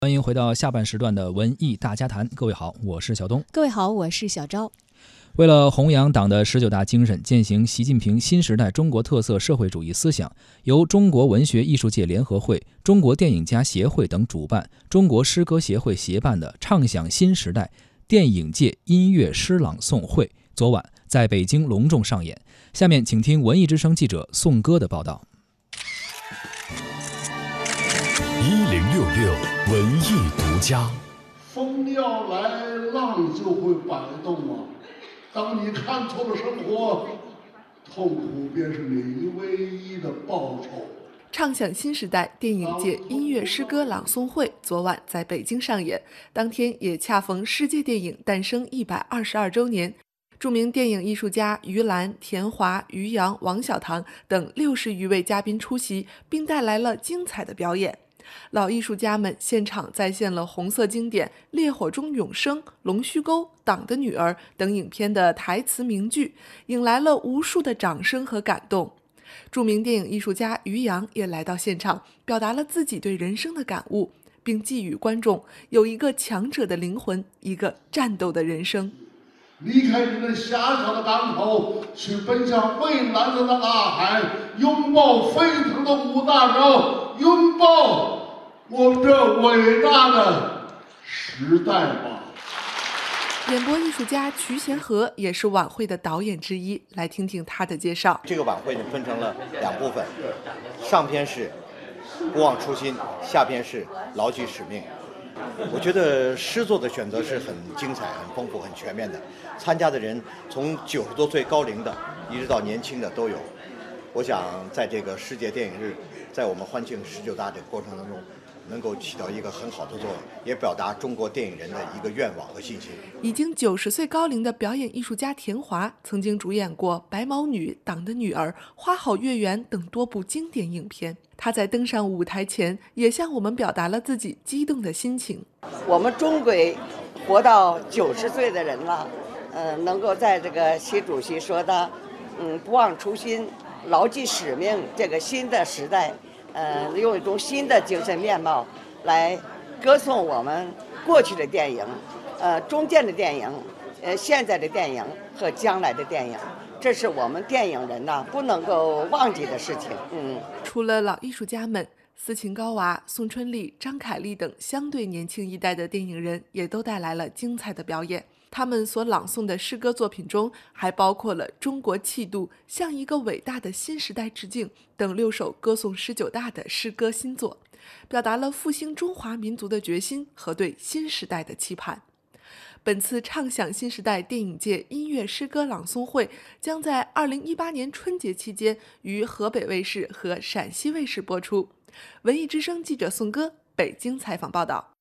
欢迎回到下半时段的文艺大家谈。各位好，我是小东。 各位好，我是小昭。 为了弘扬党的19大精神，践行习近平新时代中国特色社会主义思想，由中国文学艺术界联合会、中国电影家协会等主办，中国诗歌协会协办的畅想新时代电影界音乐诗朗诵会昨晚在北京隆重上演。下面请听文艺之声记者宋歌的报道。 1066文艺独家。 风要来，浪就会摆动啊！当你看透了生活，痛苦便是你唯一的报酬。 畅想新时代电影界音乐诗歌朗诵会昨晚在北京上演，当天也恰逢世界电影诞生122周年。著名电影艺术家于兰、田华、于洋、王小棠等60余位嘉宾出席，并带来了精彩的表演。老艺术家们现场再现了红色经典《烈火中永生》《龙须沟》《党的女儿》等影片的台词名句，引来了无数的掌声和感动。著名电影艺术家于洋也来到现场，表达了自己对人生的感悟，并寄予观众有一个强者的灵魂，一个战斗的人生。 离开你们狭小的港口，去奔向蔚蓝色的大海，拥抱飞腾的五大洲，拥抱我们这伟大的时代吧。 演播艺术家瞿贤和也是晚会的导演之一，来听听他的介绍。 这个晚会呢分成了2部分，上篇是不忘初心，下篇是牢记使命。我觉得诗作的选择是很精彩、很丰富、很全面的。参加的人从90多岁高龄的，一直到年轻的都有。我想在这个世界电影日，在我们欢庆19大这个过程当中，能够起到一个很好的作用，也表达中国电影人的一个愿望和信心。 已经90岁高龄的表演艺术家田华，曾经主演过《白毛女》《党的女儿》《花好月圆》等多部经典影片。他在登上舞台前，也向我们表达了自己激动的心情。 我们终归活到90岁的人了，能够在这个习主席说的，不忘初心，牢记使命这个新的时代，用一种新的精神面貌来歌颂我们过去的电影，中间的电影，现在的电影和将来的电影。这是我们电影人呐不能够忘记的事情。 除了老艺术家们，斯琴高娃、宋春丽、张凯丽等相对年轻一代的电影人也都带来了精彩的表演。他们所朗诵的诗歌作品中，还包括了《中国气度》《向一个伟大的新时代致敬》等6首歌颂19大的诗歌新作，表达了复兴中华民族的决心和对新时代的期盼。本次畅想新时代电影界音乐诗歌朗诵会将在2018年春节期间于河北卫视和陕西卫视播出。文艺之声记者宋歌北京采访报道。